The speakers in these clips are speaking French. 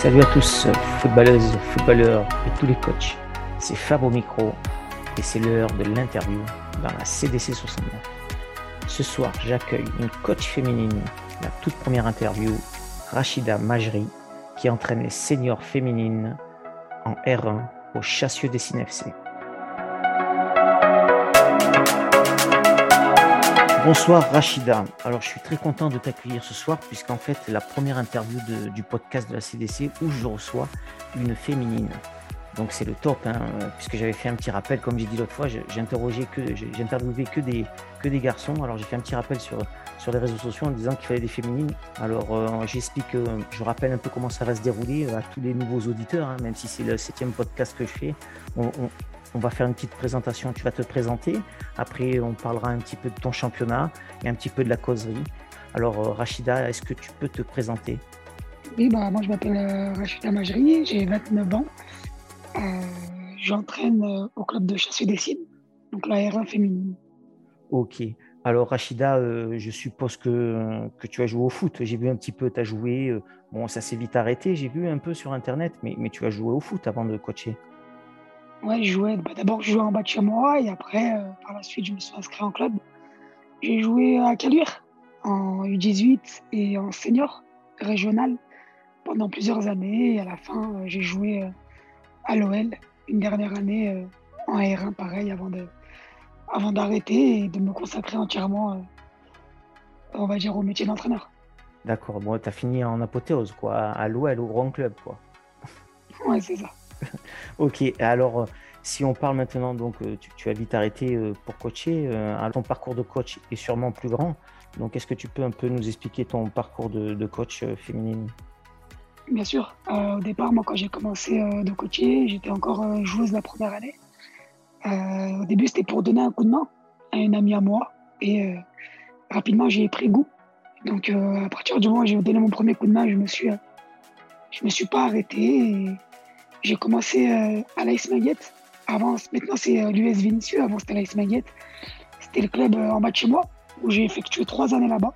Salut à tous, footballeuses, footballeurs et tous les coachs. C'est Fab au micro et c'est l'heure de l'interview dans la CDC 69. Ce soir, j'accueille une coach féminine, la toute première interview, Rachida Majri, qui entraîne les seniors féminines en R1 au Chassieux-Dessines FC. Bonsoir Rachida. Alors je suis très content de t'accueillir ce soir puisqu'en fait c'est la première interview du podcast de la CDC où je reçois une féminine. Donc c'est le top puisque j'avais fait un petit rappel, comme j'ai dit l'autre fois, j'ai interviewé que des garçons. Alors j'ai fait un petit rappel sur les réseaux sociaux en disant qu'il fallait des féminines. Alors j'explique, je rappelle un peu comment ça va se dérouler à tous les nouveaux auditeurs, même si c'est le 7e podcast que je fais. On va faire une petite présentation, tu vas te présenter. Après, on parlera un petit peu de ton championnat et un petit peu de la causerie. Alors, Rachida, est-ce que tu peux te présenter ? Oui, moi je m'appelle Rachida Majri, j'ai 29 ans. J'entraîne au club de Chassieux-Dessines, donc la R1 féminine. Ok. Alors, Rachida, je suppose que tu as joué au foot. J'ai vu un petit peu, tu as joué. Bon, ça s'est vite arrêté, j'ai vu un peu sur Internet, mais tu as joué au foot avant de coacher. Ouais, je jouais, d'abord je jouais en bas de chez moi et après, par la suite, je me suis inscrit en club. J'ai joué à Caluire en U18 et en senior régional pendant plusieurs années. Et à la fin, j'ai joué à l'OL une dernière année en R1, pareil, avant d'arrêter et de me consacrer entièrement, on va dire, au métier d'entraîneur. D'accord. Bon, tu as fini en apothéose, quoi, à l'OL, au grand club, quoi. Ouais, c'est ça. Ok, alors si on parle maintenant, donc tu as vite arrêté pour coacher, ton parcours de coach est sûrement plus grand. Donc est-ce que tu peux un peu nous expliquer ton parcours de coach féminine ? Bien sûr. Au départ, moi, quand j'ai commencé de coacher, j'étais encore joueuse la première année. Au début, c'était pour donner un coup de main à une amie à moi. Et rapidement, j'y ai pris goût. Donc, à partir du moment où j'ai donné mon premier coup de main, je me suis pas arrêtée. Et j'ai commencé à l'AS Maguette. Maintenant, c'est l'US Vénissieux. Avant, c'était l'AS Maguette. C'était le club en bas de chez moi, où j'ai effectué 3 années là-bas,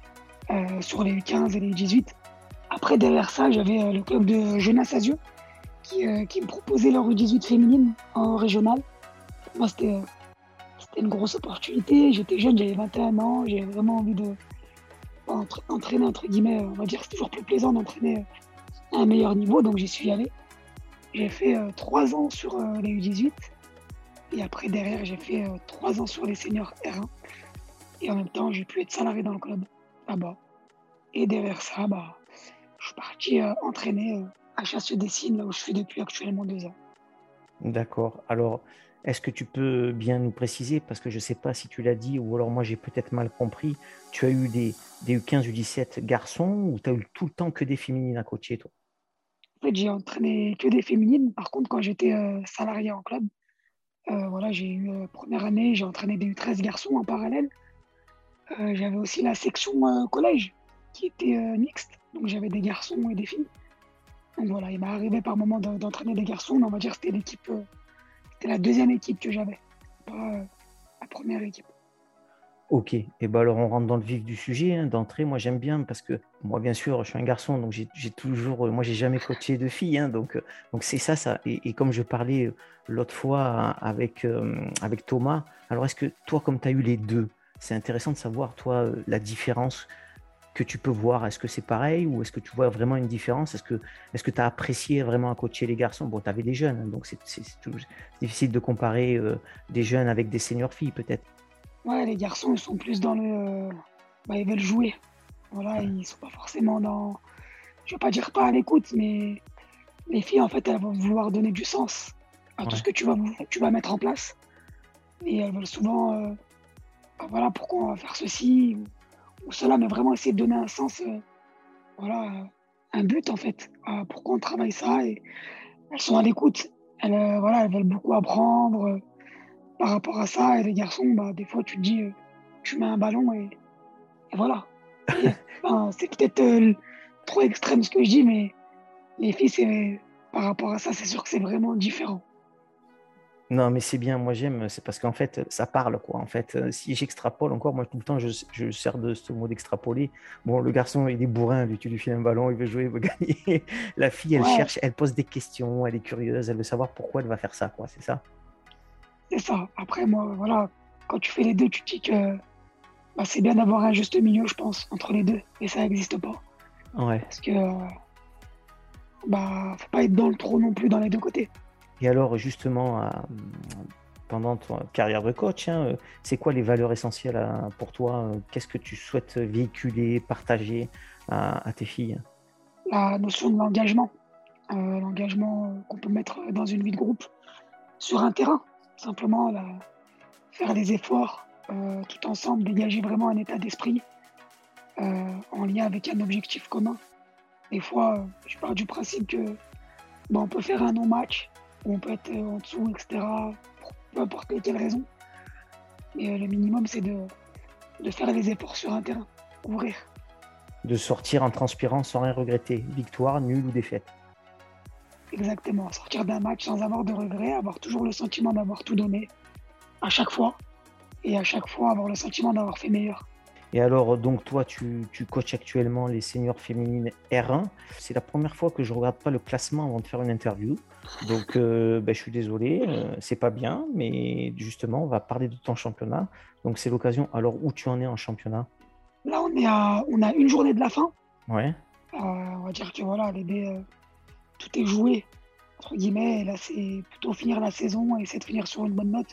sur les 15 et les 18. Après, derrière ça, j'avais le club de Jeunesse Azio qui me proposait leur U18 féminine en régional. Pour moi, c'était une grosse opportunité. J'étais jeune, j'avais 21 ans. J'avais vraiment envie d'entraîner, entre guillemets. On va dire que c'est toujours plus plaisant d'entraîner à un meilleur niveau. Donc, j'y suis allé. J'ai fait 3 ans sur les U18. Et après, derrière, j'ai fait 3 ans sur les seniors R1. Et en même temps, j'ai pu être salarié dans le club là-bas. Et derrière ça, je suis parti entraîner à Chassieux-Dessines, là où je suis depuis actuellement 2 ans. D'accord. Alors, est-ce que tu peux bien nous préciser, parce que je ne sais pas si tu l'as dit, ou alors moi j'ai peut-être mal compris, tu as eu des U15, U17 garçons, ou tu as eu tout le temps que des féminines à coacher, toi ? En fait, j'ai entraîné que des féminines. Par contre, quand j'étais salarié en club, voilà, j'ai eu première année, j'ai entraîné des U13 garçons en parallèle. J'avais aussi la section collège qui était mixte. Donc j'avais des garçons et des filles. Donc voilà, il m'est arrivé par moment d'entraîner des garçons, mais on va dire que c'était c'était la deuxième équipe que j'avais, pas la première équipe. Ok, et ben alors on rentre dans le vif du sujet d'entrée. Moi j'aime bien parce que moi bien sûr je suis un garçon donc j'ai toujours, moi j'ai jamais coaché de filles donc c'est ça. Et comme je parlais l'autre fois avec Thomas, alors est-ce que toi comme tu as eu les deux, c'est intéressant de savoir toi la différence que tu peux voir. Est-ce que c'est pareil ou est-ce que tu vois vraiment une différence? Est-ce que tu as apprécié vraiment à coacher les garçons? Bon, tu avais des jeunes donc c'est difficile de comparer des jeunes avec des seniors filles peut-être. Ouais, les garçons, ils sont plus dans ils veulent jouer. Voilà, ils sont pas forcément je vais pas dire pas à l'écoute, mais les filles, en fait, elles vont vouloir donner du sens à tout ce Ouais. que tu vas mettre en place. Et elles veulent souvent, voilà, pourquoi on va faire ceci ou cela, mais vraiment essayer de donner un sens, voilà, un but, en fait, à pourquoi on travaille ça. Et elles sont à l'écoute. Voilà, elles veulent beaucoup apprendre par rapport à ça. Et les garçons, des fois, tu te dis, tu mets un ballon et voilà. Et, c'est peut-être trop extrême ce que je dis, mais les filles, par rapport à ça, c'est sûr que c'est vraiment différent. Non, mais c'est bien, moi j'aime, c'est parce qu'en fait, ça parle, quoi. En fait, si j'extrapole encore, moi tout le temps, je sers de ce mot d'extrapoler. Bon, le garçon, il est bourrin, lui, tu lui files un ballon, il veut jouer, il veut gagner. La fille, elle Ouais, cherche, elle pose des questions, elle est curieuse, elle veut savoir pourquoi elle va faire ça, quoi, c'est ça? c'est ça. Après, moi, voilà, quand tu fais les deux, tu te dis que bah, c'est bien d'avoir un juste milieu, je pense, entre les deux. Et ça n'existe pas. Ouais. Parce que, bah, faut pas être dans le trop non plus dans les deux côtés. Et alors, justement, pendant ta carrière de coach, hein, c'est quoi les valeurs essentielles pour toi? Qu'est-ce que tu souhaites véhiculer, partager à tes filles? La notion de l'engagement qu'on peut mettre dans une vie de groupe sur un terrain. Simplement, faire des efforts tout ensemble, dégager vraiment un état d'esprit en lien avec un objectif commun. Des fois, je pars du principe que bah, on peut faire un non-match, ou on peut être en dessous, etc., pour peu importe lesquelles raisons. Mais le minimum, c'est de faire des efforts sur un terrain, ouvrir. De sortir en transpirant sans rien regretter, victoire, nulle ou défaite. Exactement, sortir d'un match sans avoir de regrets, avoir toujours le sentiment d'avoir tout donné, à chaque fois, et à chaque fois avoir le sentiment d'avoir fait meilleur. Et alors, donc toi, tu coaches actuellement les seniors féminines R1. C'est la première fois que je regarde pas le classement avant de faire une interview. Donc, ben, je suis désolé, c'est pas bien, mais justement, on va parler de ton championnat. Donc, c'est l'occasion. Alors, où tu en es en championnat? Là, on a une journée de la fin. Ouais. On va dire que voilà, tout est joué, entre guillemets. Et là, c'est plutôt finir la saison et essayer de finir sur une bonne note.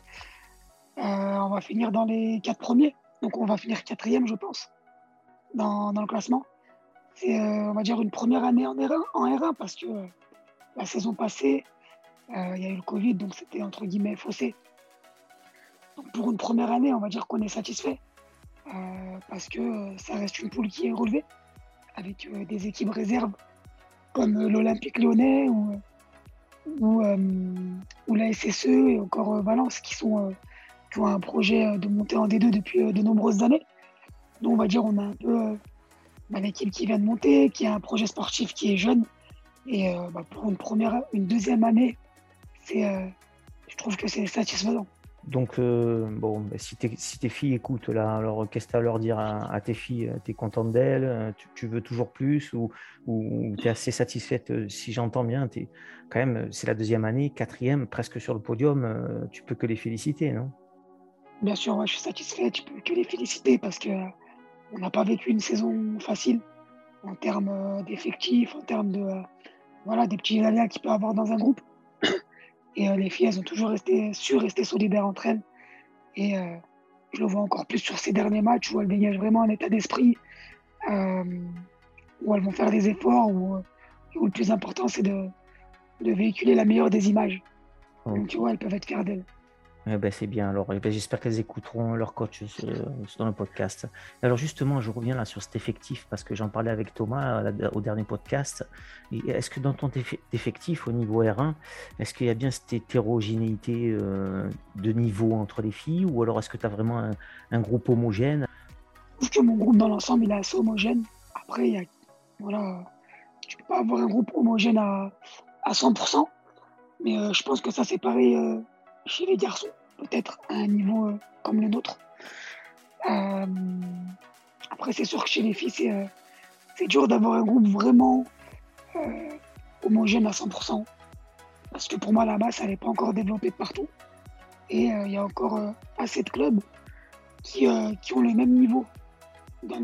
On va finir dans les 4 premiers. Donc, on va finir quatrième, je pense, dans le classement. C'est, on va dire, une première année en R1 parce que la saison passée, il y a eu le Covid, donc c'était entre guillemets faussé. Donc, pour une première année, on va dire qu'on est satisfait parce que ça reste une poule qui est relevée avec des équipes réserves comme l'Olympique Lyonnais ou, ou la SSE et encore Valence qui ont un projet de monter en D2 depuis de nombreuses années. Donc on va dire on a un peu bah, l'équipe qui vient de monter, qui a un projet sportif qui est jeune. Et bah, pour une deuxième année, je trouve que c'est satisfaisant. Donc, bon, ben, si tes filles écoutent là, alors qu'est-ce que tu as à leur dire à tes filles? Tu es contente d'elles? Tu veux toujours plus? Ou tu es assez satisfaite? Si j'entends bien, quand même, c'est la deuxième année, quatrième, presque sur le podium. Tu peux que les féliciter, non? Bien sûr, ouais, je suis satisfait, tu peux que les féliciter parce que on n'a pas vécu une saison facile en termes d'effectifs, en termes de voilà, des petits aléas qu'il peut y avoir dans un groupe. Et les filles, elles ont toujours su rester solidaires entre elles. Et je le vois encore plus sur ces derniers matchs où elles dégagent vraiment un état d'esprit, euh, où elles vont faire des efforts, où le plus important, c'est de véhiculer la meilleure des images. Donc, tu Ok. vois, elles peuvent être fières d'elles. Eh ben, c'est bien. Alors, eh ben, j'espère qu'elles écouteront leur coach dans le podcast. Alors, justement, je reviens là sur cet effectif parce que j'en parlais avec Thomas au dernier podcast. Est-ce que dans ton effectif au niveau R1, est-ce qu'il y a bien cette hétérogénéité de niveau entre les filles ou alors est-ce que tu as vraiment un groupe homogène? Je trouve que mon groupe, dans l'ensemble, il est assez homogène. Après, voilà, tu peux pas avoir un groupe homogène à 100%, mais je pense que ça, c'est pareil chez les garçons, peut-être à un niveau comme le nôtre. Euh, Après, c'est sûr que chez les filles, c'est dur d'avoir un groupe vraiment euh, homogène à 100%. Parce que pour moi, la masse, elle n'est pas encore développée de partout. Et il y a encore assez de clubs qui ont le même niveau, dans,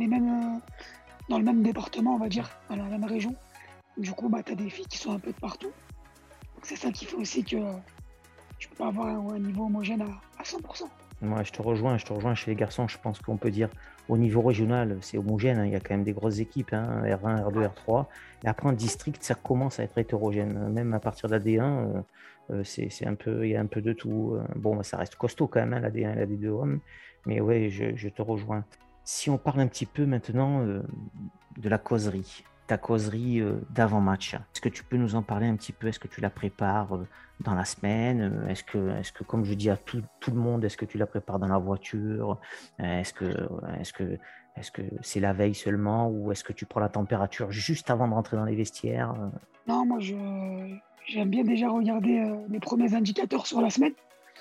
dans le même département, on va dire, dans la même région. Du coup, bah, tu as des filles qui sont un peu de partout. Donc c'est ça qui fait aussi que tu peux pas avoir un niveau homogène à 100%. Moi, je te rejoins chez les garçons. Je pense qu'on peut dire au niveau régional, c'est homogène, hein. Il y a quand même des grosses équipes, hein, R1, R2, R3. Et après, en district, ça commence à être hétérogène. Même à partir de la D1, c'est un peu, il y a un peu de tout. Bon, bah, ça reste costaud quand même, hein, la D1 et la D2 hommes. Mais ouais, je te rejoins. Si on parle un petit peu maintenant de la causerie, ta causerie d'avant-match, est-ce que tu peux nous en parler un petit peu? Est-ce que tu la prépares dans la semaine? Est-ce que, comme je dis à tout le monde, est-ce que tu la prépares dans la voiture? Est-ce que, est-ce que, est-ce que c'est la veille seulement ou est-ce que tu prends la température juste avant de rentrer dans les vestiaires? Non, j'aime bien déjà regarder les premiers indicateurs sur la semaine.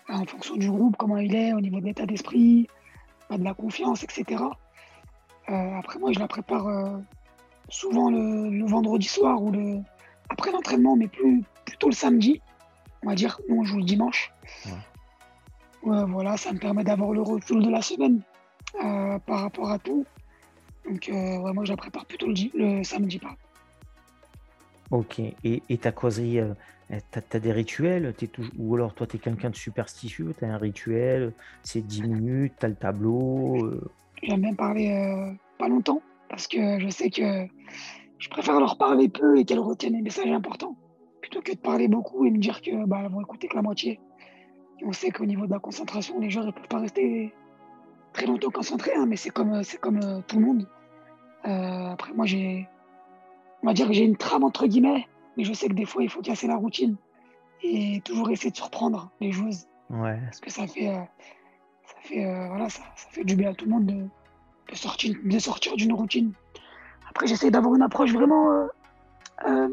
en fonction du groupe, comment il est, au niveau de l'état d'esprit, de la confiance, etc. Après, moi, je la prépare souvent le vendredi soir ou après l'entraînement, mais plutôt le samedi, on va dire. Nous, on joue le dimanche. Ouais. Voilà, ça me permet d'avoir le recul de la semaine par rapport à tout. Donc, ouais, moi, je la prépare plutôt le samedi, pardon. Ok. Et ta causerie, t'as des rituels ou alors toi, tu es quelqu'un de superstitieux, tu as un rituel, c'est 10 minutes, tu as le tableau. J'aime bien parler pas longtemps parce que je sais que je préfère leur parler peu et qu'elles retiennent les messages importants plutôt que de parler beaucoup et me dire que bah, elles vont écouter que la moitié. Et on sait qu'au niveau de la concentration, les joueurs ne peuvent pas rester très longtemps concentrés, hein, mais c'est comme tout le monde. Après, moi, on va dire que j'ai une trame entre guillemets, mais je sais que des fois, il faut casser la routine et toujours essayer de surprendre les joueuses Ouais. parce que voilà, ça fait du bien à tout le monde de sortir d'une routine. Après, j'essaie d'avoir une approche vraiment euh,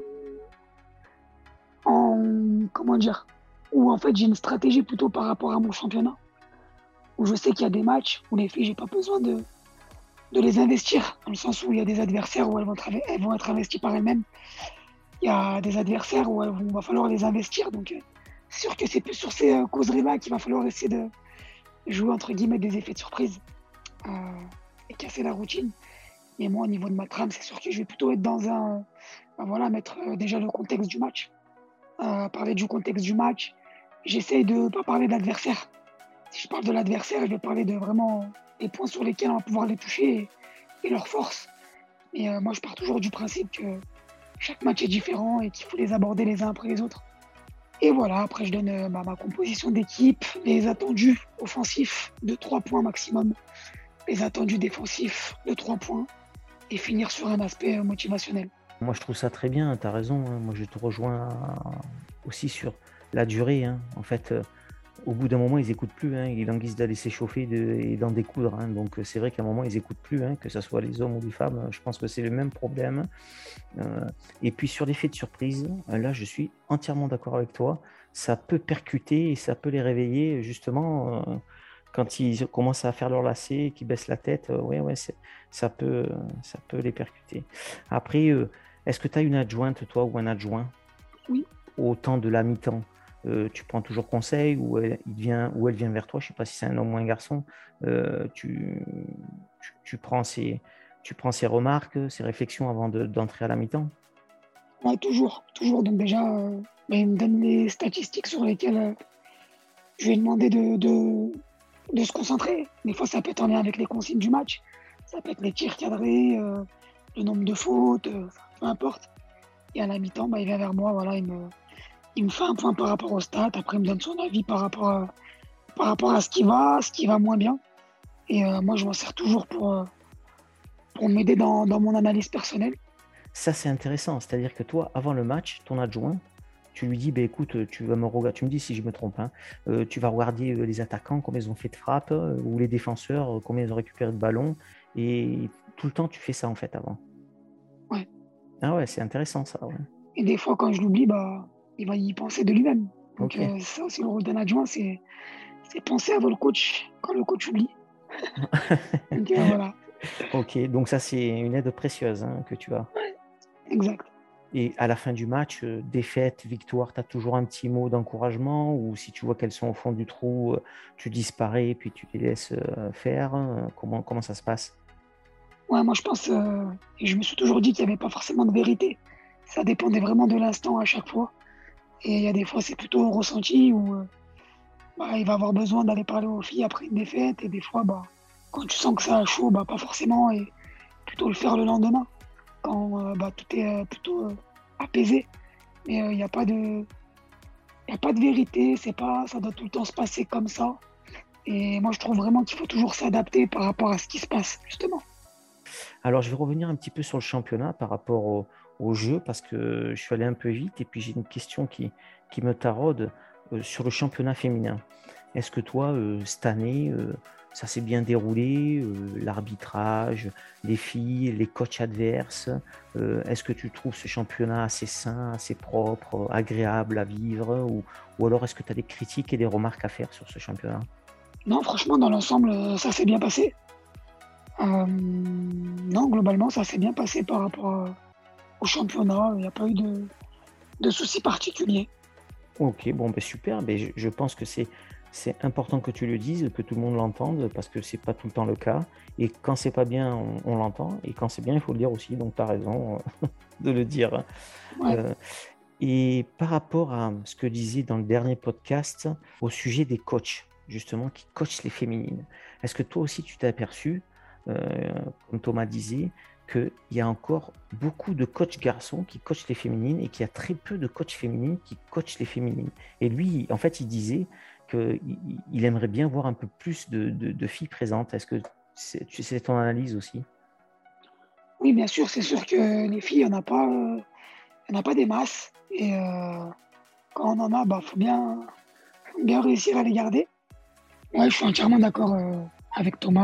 comment dire, où en fait j'ai une stratégie plutôt par rapport à mon championnat, où je sais qu'il y a des matchs où les filles, j'ai pas besoin de les investir, dans le sens où il y a des adversaires où elles vont être investies par elles-mêmes. Il y a des adversaires où va falloir les investir. Donc, c'est sûr que c'est plus sur ces causeries-là qu'il va falloir essayer de jouer entre guillemets des effets de surprise euh, et casser la routine. Mais moi, au niveau de ma trame, c'est sûr que je vais plutôt être dans voilà, mettre déjà le contexte du match. Parler du contexte du match. J'essaye de ne pas parler de l'adversaire. Si je parle de l'adversaire, je vais parler de vraiment les points sur lesquels on va pouvoir les toucher et leurs forces. Et moi, je pars toujours du principe que chaque match est différent et qu'il faut les aborder les uns après les autres. Et voilà, après, je donne ma composition d'équipe, les attendus offensifs de 3 points maximum, les attendus défensifs de 3 points et finir sur un aspect motivationnel. Moi, je trouve ça très bien, tu as raison, hein. Moi, je te rejoins aussi sur la durée, hein. En fait, au bout d'un moment, ils n'écoutent plus, hein. Il en guise d'aller s'échauffer et d'en découdre, hein. Donc, c'est vrai qu'à un moment, ils n'écoutent plus, hein, que ce soit les hommes ou les femmes. Je pense que c'est le même problème. Et puis, sur l'effet de surprise, là, je suis entièrement d'accord avec toi. Ça peut percuter et ça peut les réveiller, justement, quand ils commencent à faire leur lacet, qu'ils baissent la tête. Ouais, ça peut les percuter. Après, est-ce que tu as une adjointe, toi, ou un adjoint Oui. au temps de la mi-temps? Tu prends toujours conseil ou elle vient vers toi? Je ne sais pas si c'est un homme ou un garçon. Tu prends ses remarques, ses réflexions avant d'entrer à la mi-temps? Ouais, toujours, toujours. Donc déjà, il me donne les statistiques sur lesquelles je lui ai demandé de se concentrer. Des fois, ça peut être en lien avec les consignes du match. Ça peut être les tirs cadrés, le nombre de fautes, peu importe. Et à la mi-temps, il vient vers moi, voilà, il me fait un point par rapport au stats. Après, il me donne son avis par rapport à ce qui va moins bien. Et moi, je m'en sers toujours pour m'aider dans mon analyse personnelle. Ça, c'est intéressant. C'est-à-dire que toi, avant le match, ton adjoint, tu lui dis, écoute, tu me dis si je me trompe, hein, tu vas regarder les attaquants, combien ils ont fait de frappes, ou les défenseurs, combien ils ont récupéré de ballons, et tout le temps, tu fais ça en fait avant. Ouais. Ah ouais, c'est intéressant ça. Ouais. Et des fois, quand je l'oublie, il va y penser de lui-même. Donc, Ok. ça aussi, le rôle d'un adjoint, c'est penser avant le coach quand le coach oublie. Donc, voilà. Ok, donc ça, c'est une aide précieuse, hein, que tu as. Ouais, exact. Et à la fin du match, défaite, victoire, tu as toujours un petit mot d'encouragement, ou si tu vois qu'elles sont au fond du trou, tu disparais et puis tu les laisses faire. Comment ça se passe? Ouais, moi, je pense, et je me suis toujours dit qu'il n'y avait pas forcément de vérité. Ça dépendait vraiment de l'instant à chaque fois. Et il y a des fois, c'est plutôt un ressenti où il va avoir besoin d'aller parler aux filles après une défaite. Et des fois, quand tu sens que ça a chaud, pas forcément. Et plutôt le faire le lendemain, quand tout est plutôt apaisé. Mais il n'y a pas de, y a pas de vérité. Ça doit tout le temps se passer comme ça. Et moi, je trouve vraiment qu'il faut toujours s'adapter par rapport à ce qui se passe, justement. Alors, je vais revenir un petit peu sur le championnat par rapport au jeu, parce que je suis allé un peu vite et puis j'ai une question qui me taraude sur le championnat féminin. Est-ce que toi, cette année, ça s'est bien déroulé, l'arbitrage, les filles, les coachs adverses. Est-ce que tu trouves ce championnat assez sain, assez propre, agréable à vivre, ou alors est-ce que tu as des critiques et des remarques à faire sur ce championnat? Non, franchement, dans l'ensemble, ça s'est bien passé. Non, globalement, ça s'est bien passé par rapport au championnat. Il n'y a pas eu de soucis particuliers. Ok, bon, ben super. Ben, je pense que c'est important que tu le dises, que tout le monde l'entende, parce que c'est pas tout le temps le cas. Et quand c'est pas bien, on l'entend. Et quand c'est bien, il faut le dire aussi. Donc, tu as raison de le dire. Ouais. Euh, et par rapport à ce que disait dans le dernier podcast, au sujet des coachs, justement, qui coachent les féminines, est-ce que toi aussi tu t'es aperçu, comme Thomas disait, qu'il y a encore beaucoup de coachs garçons qui coachent les féminines et qu'il y a très peu de coachs féminines qui coachent les féminines? Et lui, en fait, il disait qu'il aimerait bien voir un peu plus de filles présentes. Est-ce que c'est ton analyse aussi? Oui, bien sûr, c'est sûr que les filles, il y en a pas des masses. Et quand on en a, bah, faut bien réussir à les garder. Ouais, je suis entièrement d'accord avec Thomas.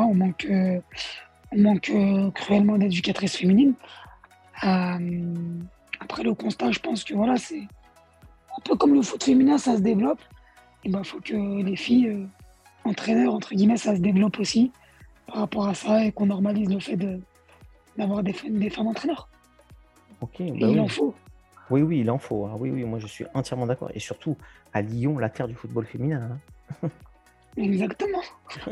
On manque cruellement d'éducatrices féminines. Euh, Après, le constat, je pense que voilà, c'est un peu comme le foot féminin, ça se développe. Il bah, faut que les filles, entraîneurs, entre guillemets, ça se développe aussi par rapport à ça et qu'on normalise le fait d'avoir des femmes entraîneurs. Ok, Et bah il en oui. faut. Oui, oui, il en faut, hein. Oui, oui, moi je suis entièrement d'accord. Et surtout à Lyon, la terre du football féminin, hein. Exactement.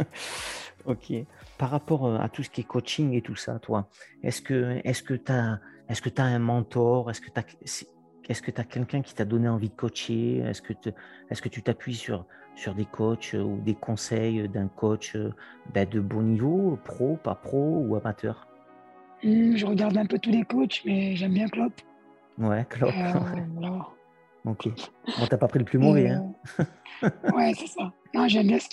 Ok. Par rapport à tout ce qui est coaching et tout ça, toi, est-ce que tu as un mentor? Est-ce que tu as quelqu'un qui t'a donné envie de coacher? Est-ce que tu t'appuies sur des coachs ou des conseils d'un coach de bon niveau, pro, pas pro ou amateur? Je regarde un peu tous les coachs, mais j'aime bien Klopp. Ouais, Klopp. Voilà. Ok. Bon, t'as pas pris le plus Et mauvais, hein? ouais, c'est ça. Non,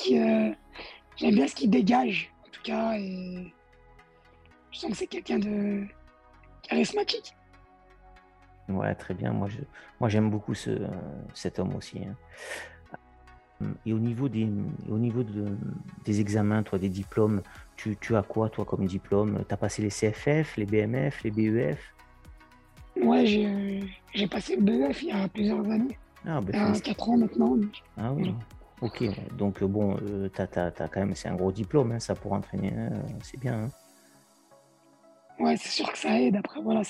j'aime bien ce qu'il dégage, en tout cas, et je sens que c'est quelqu'un de charismatique. Ouais, très bien. Moi, j'aime beaucoup cet homme aussi, hein. Et des examens, toi, des diplômes, tu as quoi, toi, comme diplôme? Tu as passé les CFF, les BMF, les BEF? Ouais, j'ai passé le BEF il y a plusieurs années, Ah, ben il y a félicitations. 4 ans maintenant. Donc, Ah oui. voilà. Ok, ouais. Donc bon, t'as quand même, c'est un gros diplôme, hein, ça pour entraîner, hein, c'est bien, hein. Ouais, c'est sûr que ça aide. Après, voilà,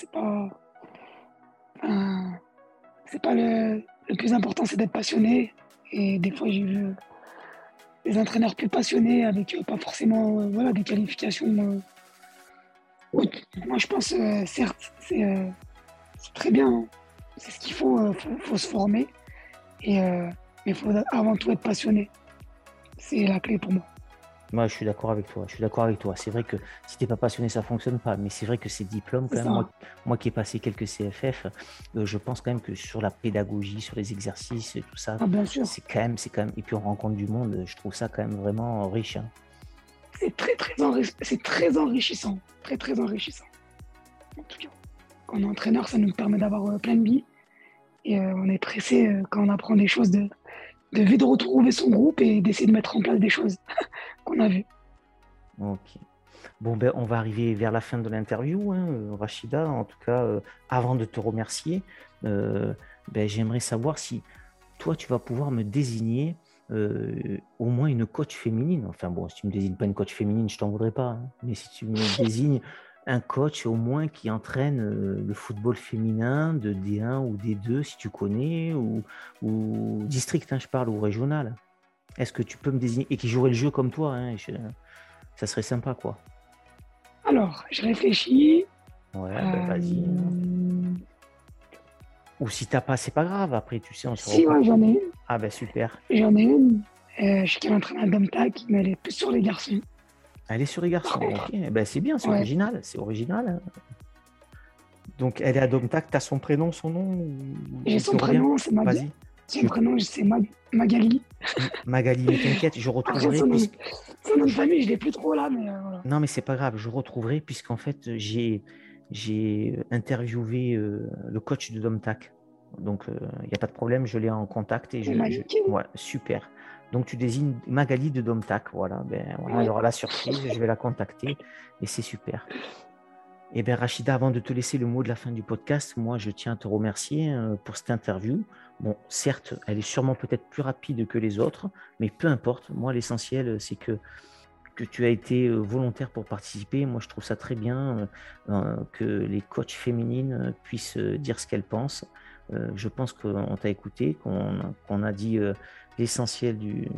euh, c'est pas le plus important, c'est d'être passionné. Et des fois, j'ai vu des entraîneurs plus passionnés avec pas forcément voilà, des qualifications hautes. Moi, je pense, certes, c'est très bien, hein. C'est ce qu'il faut, faut se former. Mais il faut avant tout être passionné. C'est la clé pour moi. Moi, je suis d'accord avec toi. Je suis d'accord avec toi. C'est vrai que si t'es pas passionné, ça fonctionne pas. Mais c'est vrai que ces diplômes, C'est quand même, moi, ça. moi qui ai passé quelques CFF, je pense quand même que sur la pédagogie, sur les exercices et tout ça, Ah, bien sûr. c'est quand même. Et puis on rencontre du monde. Je trouve ça quand même vraiment riche, hein. C'est très enrichissant. Très, très enrichissant. En tout cas, quand on est entraîneur, ça nous permet d'avoir plein de billes. Et on est pressé quand on apprend des choses de vite retrouver son groupe et d'essayer de mettre en place des choses qu'on a vues. Ok. Bon, ben, on va arriver vers la fin de l'interview, hein, Rachida. En tout cas, avant de te remercier, euh, ben, j'aimerais savoir si toi, tu vas pouvoir me désigner au moins une coach féminine. Enfin bon, si tu me désignes pas une coach féminine, je t'en voudrais pas, hein. Mais si tu me désignes un coach au moins qui entraîne le football féminin de D1 ou D2, si tu connais, ou district, hein, je parle, ou régional. Est-ce que tu peux me désigner et qui jouerait le jeu comme toi, hein, ça serait sympa, quoi. Alors, je réfléchis. Ouais, ben vas-y, hein. Euh, Ou si t'as pas, c'est pas grave. Après, tu sais, on se Si, ouais, recontacte. j'en ai une. Ah ben super. J'en ai une. Je suis qui entraîne un Dom Tac, mais elle est plus sur les garçons. Elle est sur les Par garçons. Ok, contre, eh ben c'est bien, c'est ouais. original, c'est original, hein. Donc elle est à Domtac. T'as son prénom, son nom, J'ai ou tu son reviens? prénom, c'est Vas-y. son Je... prénom, Magali. Magali, mais t'inquiète, je Après, retrouverai puisque. son nom de famille, je l'ai plus trop là, mais voilà. Non, mais c'est pas grave, je retrouverai puisqu'en fait j'ai interviewé le coach de Domtac. Donc, il n'y a pas de problème, je l'ai en contact. Ouais, super. Donc, tu désignes Magali de Domtac. Voilà, elle aura la surprise, je vais la contacter et c'est super. Eh bien, Rachida, avant de te laisser le mot de la fin du podcast, moi, je tiens à te remercier pour cette interview. Bon, certes, elle est sûrement peut-être plus rapide que les autres, mais peu importe. Moi, l'essentiel, c'est que tu as été volontaire pour participer. Moi, je trouve ça très bien que les coachs féminines puissent dire ce qu'elles pensent. Je pense qu'on t'a écouté, qu'on a dit l'essentiel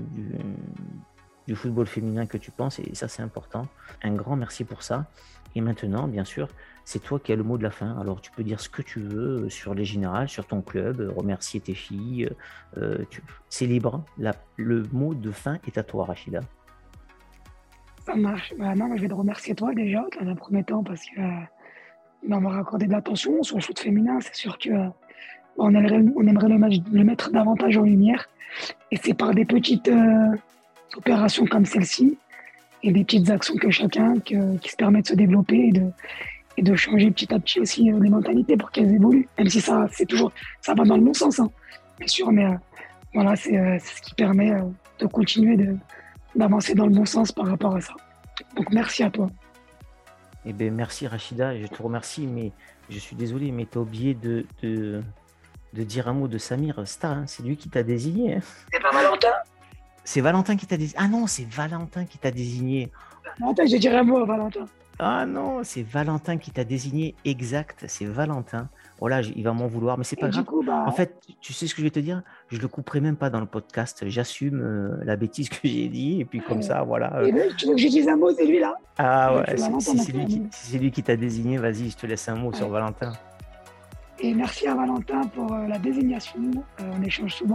du football féminin que tu penses, et ça, c'est important. Un grand merci pour ça. Et maintenant, bien sûr, c'est toi qui as le mot de la fin. Alors, tu peux dire ce que tu veux sur les générales, sur ton club, remercier tes filles. C'est libre. Le mot de fin est à toi, Rachida. Ça marche. Non, je vais te remercier toi déjà, dans un premier temps, parce que m'avoir accordé de l'attention sur le foot féminin. C'est sûr que on aimerait le mettre davantage en lumière. Et c'est par des petites opérations comme celle-ci et des petites actions que chacun qui se permet de se développer et de changer petit à petit aussi les mentalités pour qu'elles évoluent. Même si ça va dans le bon sens, hein, bien sûr, mais voilà, c'est ce qui permet de continuer d'avancer dans le bon sens par rapport à ça. Donc merci à toi. Eh bien, merci Rachida, je te remercie, mais je suis désolé, mais tu as oublié de dire un mot de Samir Sta, hein. C'est lui qui t'a désigné. Hein. C'est pas Valentin? C'est Valentin qui t'a désigné. Ah non, c'est Valentin qui t'a désigné. Valentin, je dirais un mot à Valentin. Ah non, c'est Valentin qui t'a désigné, exact, c'est Valentin. Oh là, il va m'en vouloir, mais c'est pas grave. Coup, En fait, tu sais ce que je vais te dire? Je le couperai même pas dans le podcast. J'assume la bêtise que j'ai dit, et puis comme ça, voilà. Tu veux que j'utilise un mot, c'est lui là? Ah ouais, si c'est lui qui t'a désigné, vas-y, je te laisse un mot sur Valentin. Et merci à Valentin pour la désignation. On échange souvent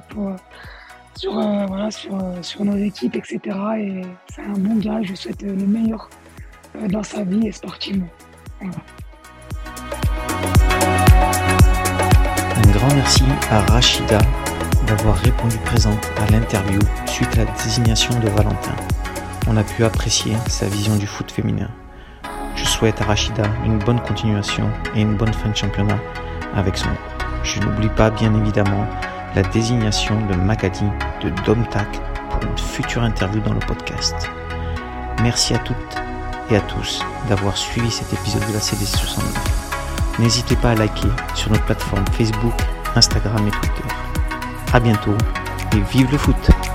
sur nos équipes, etc. Et c'est un bon gars. Je souhaite le meilleur dans sa vie et sportivement. Voilà. Un grand merci à Rachida d'avoir répondu présente à l'interview suite à la désignation de Valentin. On a pu apprécier sa vision du foot féminin. Je souhaite à Rachida une bonne continuation et une bonne fin de championnat avec son groupe. Je n'oublie pas bien évidemment la désignation de Magali de Domtac pour une future interview dans le podcast. Merci à toutes et à tous d'avoir suivi cet épisode de la CDC 69. N'hésitez pas à liker sur nos plateformes Facebook, Instagram et Twitter. À bientôt et vive le foot!